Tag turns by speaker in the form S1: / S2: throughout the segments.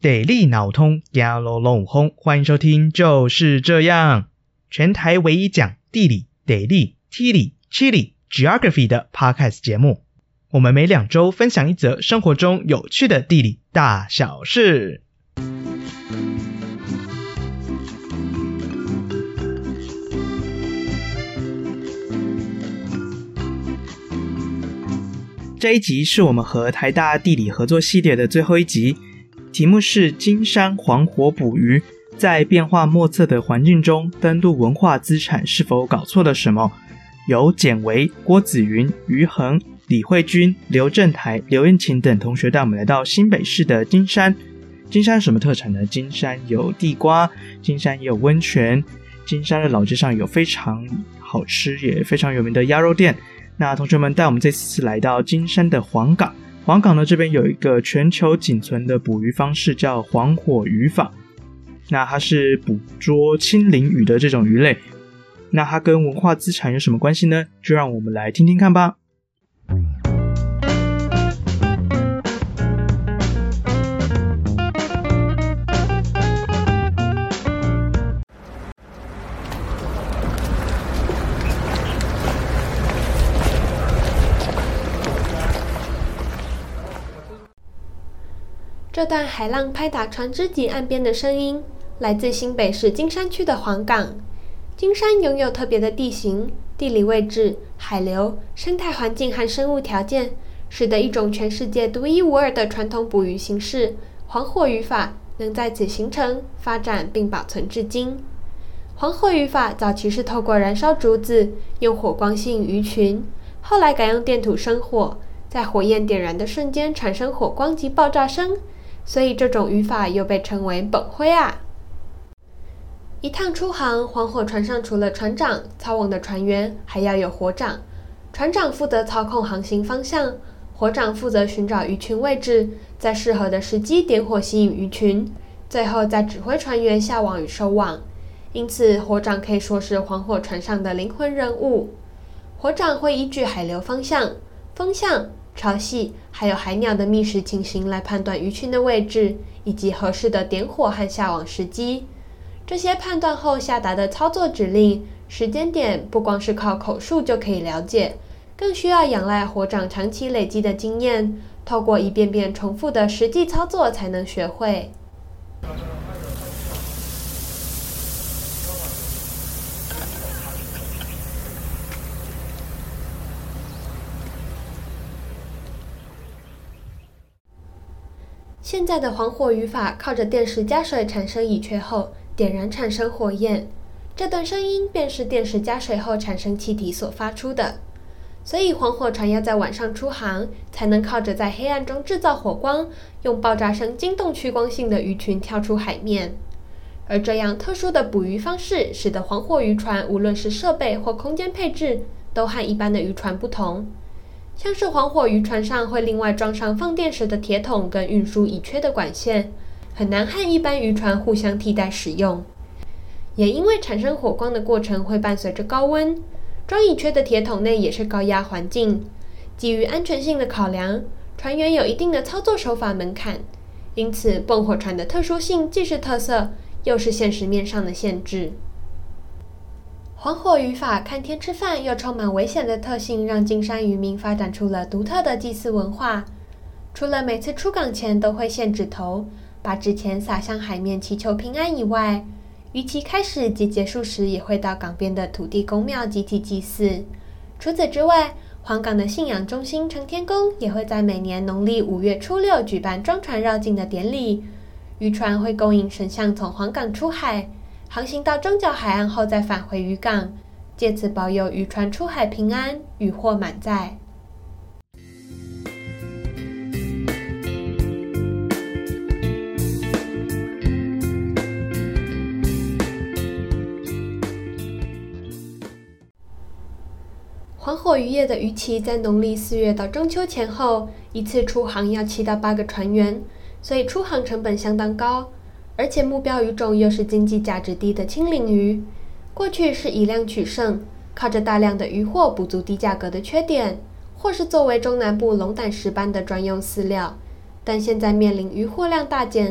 S1: 地理脑通，行路拢有风。欢迎收听就是这样，全台唯一讲地理、地理、地理、地理、geography 的 podcast 节目。我们每2周分享一则生活中有趣的地理大小事。这一集是我们和台大地理合作系列的最后一集，题目是金山黄火捕鱼，在变化莫测的环境中登录文化资产是否搞错了什么？由简维、郭子云、于恒、李慧君、刘正台、刘燕琴等同学带我们来到新北市的金山。金山什么特产呢？金山有地瓜，金山也有温泉，金山的老街上有非常好吃也非常有名的鸭肉店。那同学们带我们这次来到金山的黄港，黄港呢这边有一个全球仅存的捕鱼方式叫黄火鱼法，那它是捕捉青鳞鱼的这种鱼类，那它跟文化资产有什么关系呢？就让我们来听听看吧。
S2: 这段海浪拍打船只及岸边的声音，来自新北市金山区的黄港。金山拥有特别的地形、地理位置、海流、生态环境和生物条件，使得一种全世界独一无二的传统捕鱼形式——黄火鱼法能在此形成、发展并保存至今。黄火鱼法早期是透过燃烧竹子，用火光吸引鱼群，后来改用电土生火，在火焰点燃的瞬间产生火光及爆炸声，所以这种渔法又被称为本灰啊。一趟出航，黄火船上除了船长、操网的船员，还要有火长。船长负责操控航行方向，火长负责寻找鱼群位置，在适合的时机点火吸引鱼群，最后再指挥船员下网与收网。因此，火长可以说是黄火船上的灵魂人物。火长会依据海流方向、风向、潮汐还有海鸟的觅食情形来判断鱼群的位置，以及合适的点火和下网时机。这些判断后下达的操作指令、时间点不光是靠口述就可以了解，更需要仰赖火长长期累积的经验，透过一遍遍重复的实际操作才能学会。现在的黄火鱼法靠着电石加水产生乙炔后点燃产生火焰，这段声音便是电石加水后产生气体所发出的。所以黄火船要在晚上出航，才能靠着在黑暗中制造火光，用爆炸声惊动趋光性的鱼群跳出海面。而这样特殊的捕鱼方式，使得黄火渔船无论是设备或空间配置，都和一般的渔船不同。像是黄火渔船上会另外装上放电时的铁桶跟运输乙炔的管线，很难和一般渔船互相替代使用。也因为产生火光的过程会伴随着高温，装乙炔的铁桶内也是高压环境。基于安全性的考量，船员有一定的操作手法门槛，因此蹦火船的特殊性既是特色，又是现实面上的限制。黄火渔法看天吃饭又充满危险的特性，让金山渔民发展出了独特的祭祀文化。除了每次出港前都会献纸头，把纸钱撒向海面祈求平安以外，渔期开始及结束时也会到港边的土地公庙集体祭祀。除此之外，黄港的信仰中心承天宫也会在每年农历5月初6举办装船绕境的典礼，渔船会供应神像从黄港出海，航行到中角海岸后再返回渔港，借此保佑渔船出海平安，渔获满载。黄火渔业的渔期在农历4月到中秋前后，一次出航要7到8个船员，所以出航成本相当高，而且目标鱼种又是经济价值低的青鳞鱼。过去是以量取胜，靠着大量的渔获补足低价格的缺点，或是作为中南部龙胆石斑的专用饲料，但现在面临渔获量大减，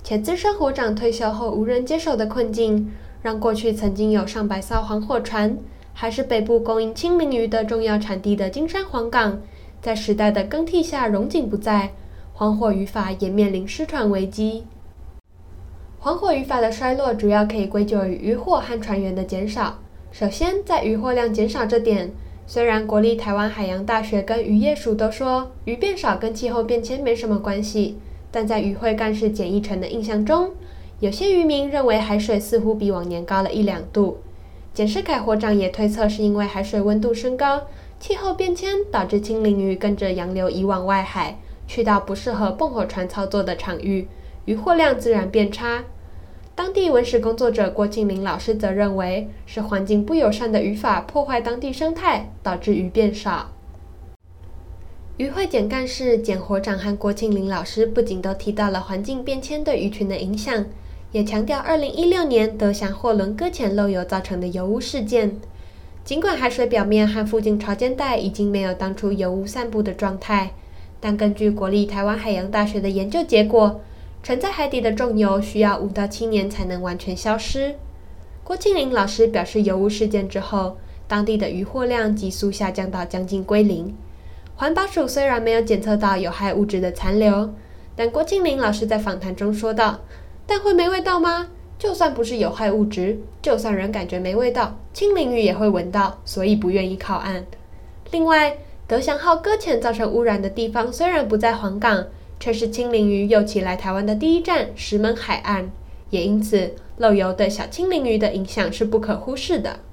S2: 且资深火长退休后无人接手的困境，让过去曾经有上百艘黄货船，还是北部供应青鳞鱼的重要产地的金山黄港，在时代的更替下荣景不再，黄货渔法也面临失传危机。黄货渔法的衰落主要可以归咎于渔获和船员的减少。首先，在渔获量减少这点，虽然国立台湾海洋大学跟渔业署都说鱼变少跟气候变迁没什么关系，但在渔会干事简义成的印象中，有些渔民认为海水似乎比往年高了1-2度。简世凯火长也推测是因为海水温度升高，气候变迁导致青鳞鱼跟着洋流移往外海，去到不适合泵火船操作的场域，渔获量自然变差。当地文史工作者郭庆龄老师则认为，是环境不友善的渔法破坏当地生态，导致鱼变少。渔会简干事、简火长和郭庆龄老师不仅都提到了环境变迁对鱼群的影响，也强调2016年德祥货轮搁浅漏油造成的油污事件。尽管海水表面和附近潮间带已经没有当初油污散布的状态，但根据国立台湾海洋大学的研究结果，沉在海底的重油需要5到7年才能完全消失。郭庆龄老师表示，油污事件之后，当地的渔获量急速下降到将近归零。环保署虽然没有检测到有害物质的残留，但郭庆龄老师在访谈中说道：“但会没味道吗？就算不是有害物质，就算人感觉没味道，青鳞鱼也会闻到，所以不愿意靠岸。”另外，德祥号搁浅造成污染的地方虽然不在黄港，却是青鳞鱼游起来台湾的第一站石门海岸，也因此漏油对小青鳞鱼的影响是不可忽视的。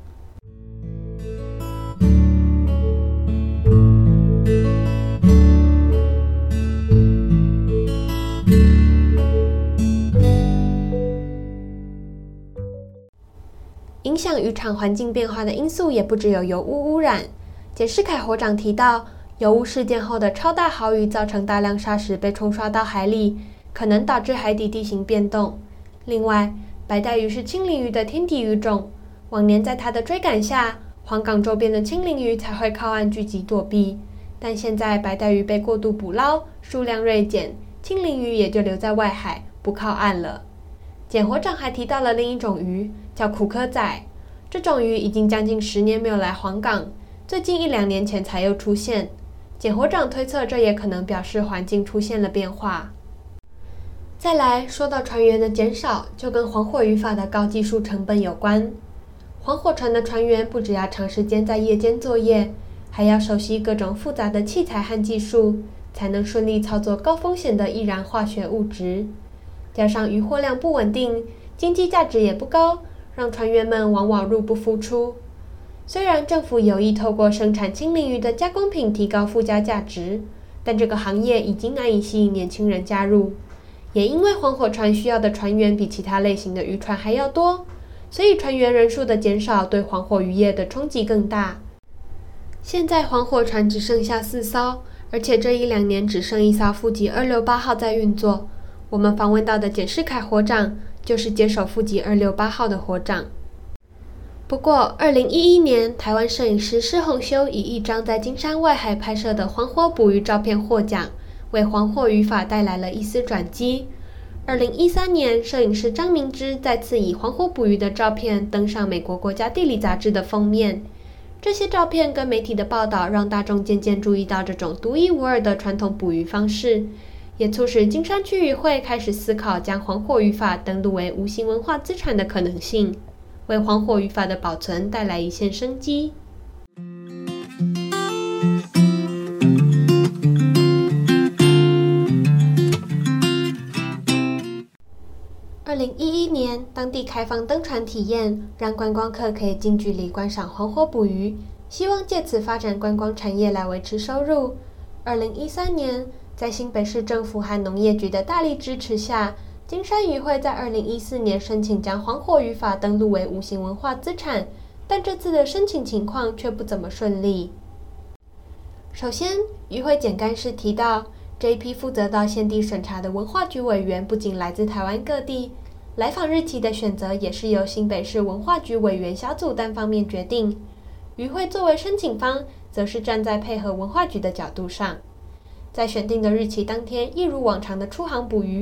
S2: 影响渔场环境变化的因素也不只有油污污染。简世凯火长提到，油污事件后的超大豪雨造成大量砂石被冲刷到海里，可能导致海底地形变动。另外，白带鱼是青鳞鱼的天敌鱼种，往年在它的追赶下，黄港周边的青鳞鱼才会靠岸聚集躲避，但现在白带鱼被过度捕捞，数量锐减，青鳞鱼也就留在外海，不靠岸了。简火长还提到了另一种鱼，叫苦壳仔。这种鱼已经将近10年没有来黄港，最近1-2年前才又出现。简火长推测，这也可能表示环境出现了变化。再来说到船员的减少，就跟黄货渔法的高技术成本有关。黄货船的船员不只要长时间在夜间作业，还要熟悉各种复杂的器材和技术，才能顺利操作高风险的易燃化学物质。加上渔获量不稳定，经济价值也不高，让船员们往往入不敷出。虽然政府有意透过生产青鳞鱼的加工品提高附加价值，但这个行业已经难以吸引年轻人加入。也因为黄货船需要的船员比其他类型的渔船还要多，所以船员人数的减少对黄货渔业的冲击更大。现在黄货船只剩下4艘，而且这1-2年只剩1艘富吉268号在运作。我们访问到的简世凯火长就是接手富吉268号的火长。不过2011年，台湾摄影师施宏修以一张在金山外海拍摄的黄火捕鱼照片获奖，为黄货渔法带来了一丝转机。2013年，摄影师张明之再次以黄火捕鱼的照片登上美国国家地理杂志的封面。这些照片跟媒体的报道，让大众渐渐注意到这种独一无二的传统捕鱼方式，也促使金山区渔会开始思考将黄货渔法登录为无形文化资产的可能性，为黄货渔法的保存带来一线生机。2011年，当地开放登船体验，让观光客可以近距离观赏黄火捕鱼，希望借此发展观光产业来维持收入。2013年，在新北市政府和农业局的大力支持下，金山渔会在2014年申请将黄货渔法登录为无形文化资产，但这次的申请情况却不怎么顺利。首先，渔会简干事提到，这一批负责到现地审查的文化局委员不仅来自台湾各地，来访日期的选择也是由新北市文化局委员小组单方面决定。渔会作为申请方，则是站在配合文化局的角度上。在选定的日期当天，一如往常的出航捕鱼，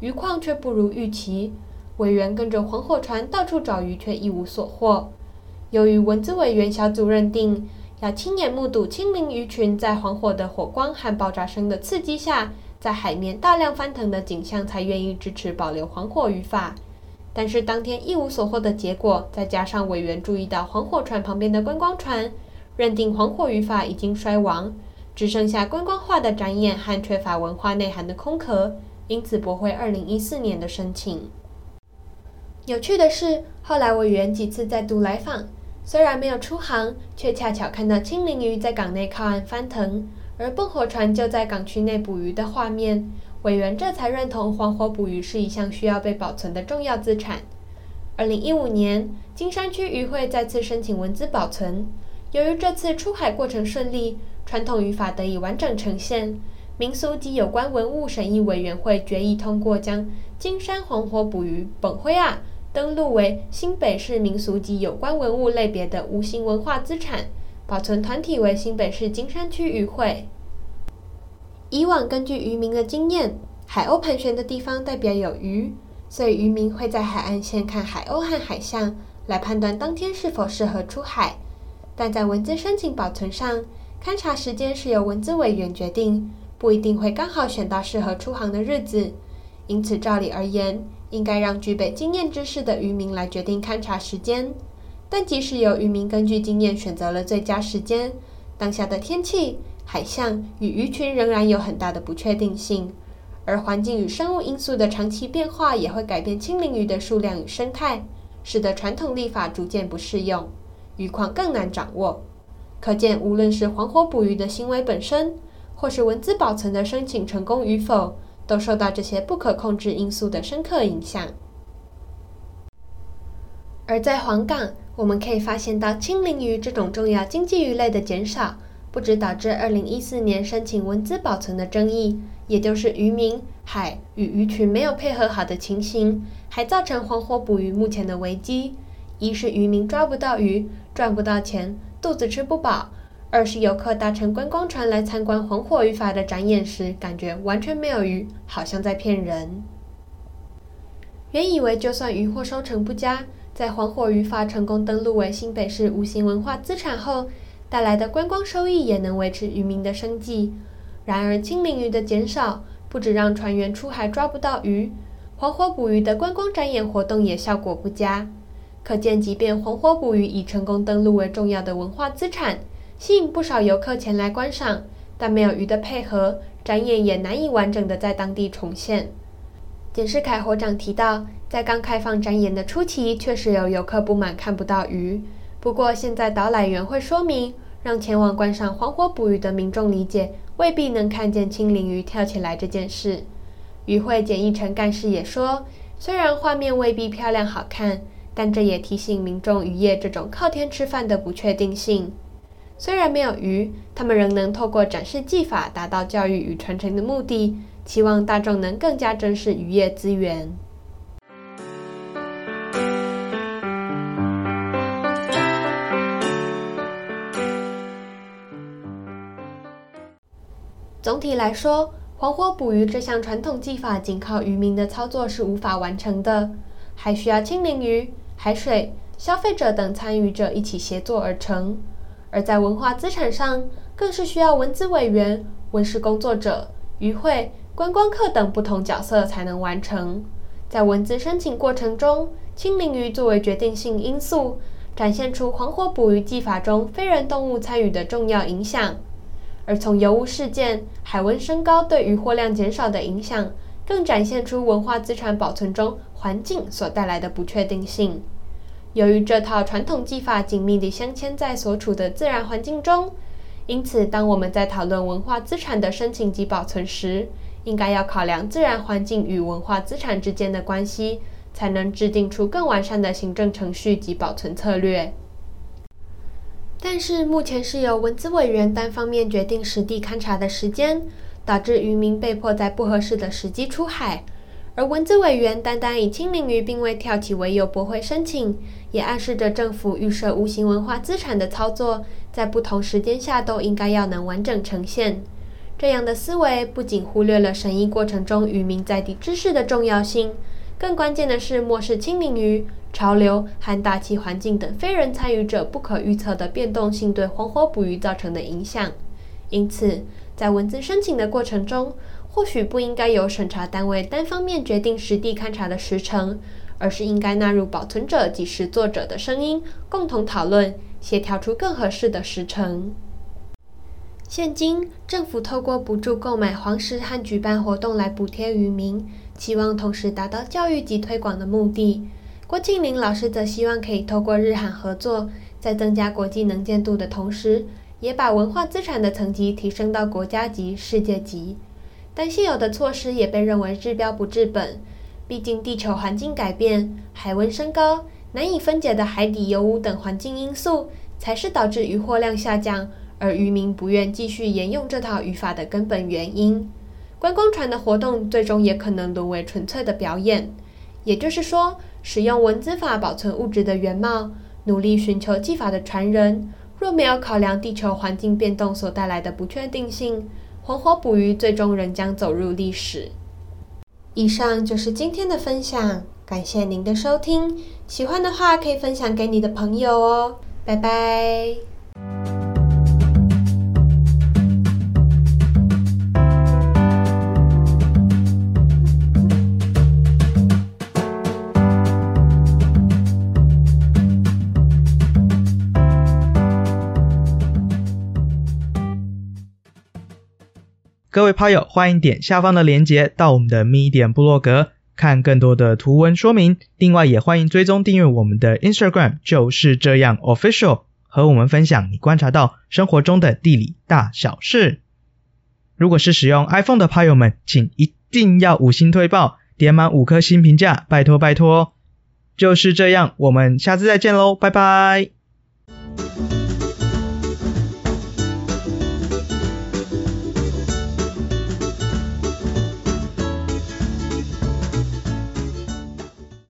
S2: 鱼况却不如预期，委员跟着黄火船到处找鱼，却一无所获。由于文资委员小组认定，要亲眼目睹清零鱼群在黄火的火光和爆炸声的刺激下，在海面大量翻腾的景象，才愿意支持保留黄火渔法。但是当天一无所获的结果，再加上委员注意到黄火船旁边的观光船，认定黄火渔法已经衰亡，只剩下观光化的展演和缺乏文化内涵的空壳，因此驳回2014年的申请。有趣的是，后来委员几次再度来访，虽然没有出航，却恰巧看到清零鱼在港内靠岸翻腾，而蹦火船就在港区内捕鱼的画面。委员这才认同黄火捕鱼是一项需要被保存的重要资产。2015年，金山区渔会再次申请文资保存。由于这次出海过程顺利，传统渔法得以完整呈现，民俗及有关文物审议委员会决议通过将金山黄火捕鱼本灰登录为新北市民俗及有关文物类别的无形文化资产，保存团体为新北市金山区渔会。以往根据渔民的经验，海鸥盘旋的地方代表有鱼，所以渔民会在海岸线看海鸥和海象，来判断当天是否适合出海。但在文资申请保存上，勘察时间是由文资委员决定，不一定会刚好选到适合出航的日子。因此照理而言，应该让具备经验知识的渔民来决定勘察时间。但即使有渔民根据经验选择了最佳时间，当下的天气、海象与鱼群仍然有很大的不确定性，而环境与生物因素的长期变化也会改变清零鱼的数量与生态，使得传统历法逐渐不适用，鱼况更难掌握。可见，无论是黄火捕鱼的行为本身，或是文资保存的申请成功与否，都受到这些不可控制因素的深刻影响。而在黄港，我们可以发现到清零鱼这种重要经济鱼类的减少，不只导致2014年申请文资保存的争议，也就是渔民、海与鱼群没有配合好的情形，还造成黄火捕鱼目前的危机。一是渔民抓不到鱼，赚不到钱，肚子吃不饱；二是游客搭乘观光船来参观黄火渔法的展演时，感觉完全没有鱼，好像在骗人。原以为就算渔获收成不佳，在黄火渔法成功登录为新北市无形文化资产后，带来的观光收益也能维持渔民的生计。然而清零鱼的减少，不只让船员出海抓不到鱼，黄火捕鱼的观光展演活动也效果不佳。可见，即便黄火捕鱼已成功登录为重要的文化资产，吸引不少游客前来观赏，但没有鱼的配合，展演也难以完整的在当地重现。简世凯火长提到，在刚开放展演的初期，确实有游客不满看不到鱼。不过现在导览员会说明，让前往观赏黄火捕鱼的民众理解未必能看见清零鱼跳起来这件事。渔会简义成干事也说，虽然画面未必漂亮好看，但这也提醒民众渔业这种靠天吃饭的不确定性。虽然没有鱼，他们仍能透过展示技法达到教育与传承的目的，期望大众能更加珍视渔业资源。总体来说，黄火捕鱼这项传统技法仅靠渔民的操作是无法完成的，还需要清零鱼、海水、消费者等参与者一起协作而成。而在文化资产上，更是需要文资委员、文史工作者、渔会、观光客等不同角色才能完成。在文资申请过程中，清零鱼作为决定性因素，展现出黄火捕鱼技法中非人动物参与的重要影响。而从油污事件、海温升高对渔获量减少的影响，更展现出文化资产保存中环境所带来的不确定性。由于这套传统技法紧密地镶嵌在所处的自然环境中，因此当我们在讨论文化资产的申请及保存时，应该要考量自然环境与文化资产之间的关系，才能制定出更完善的行政程序及保存策略。但是目前是由文资委员单方面决定实地勘察的时间，导致渔民被迫在不合适的时机出海，而文资委员单单以清零鱼并未跳起为由驳回申请，也暗示着政府预设无形文化资产的操作，在不同时间下都应该要能完整呈现。 这样的思维不仅忽略了审议过程中渔民在地知识的重要性，更关键的是漠视亲民于潮流和大气环境等非人参与者不可预测的变动性对黄火捕鱼造成的影响。因此，在文字申请的过程中，或许不应该由审查单位单方面决定实地勘查的时程，而是应该纳入保存者及实作者的声音，共同讨论，协调出更合适的时程。现今，政府透过补助购买黄石和举办活动来补贴渔民，期望同时达到教育及推广的目的。郭庆龄老师则希望可以透过日韩合作，在增加国际能见度的同时，也把文化资产的层级提升到国家级、世界级。但现有的措施也被认为治标不治本，毕竟地球环境改变、海温升高、难以分解的海底油污等环境因素，才是导致渔获量下降，而渔民不愿继续沿用这套渔法的根本原因。观光船的活动最终也可能沦为纯粹的表演。也就是说，使用文资法保存物质的原貌，努力寻求技法的传人，若没有考量地球环境变动所带来的不确定性，黄火捕鱼最终仍将走入历史。以上就是今天的分享，感谢您的收听，喜欢的话可以分享给你的朋友哦，拜拜。
S1: 各位趴友，欢迎点下方的连结到我们的Medium部落格看更多的图文说明，另外也欢迎追踪订阅我们的 Instagram 就是这样 Official， 和我们分享你观察到生活中的地理大小事。如果是使用 iPhone 的趴友们，请一定要5星推爆，点满5颗星评价，拜托拜托哦。就是这样，我们下次再见咯，拜拜。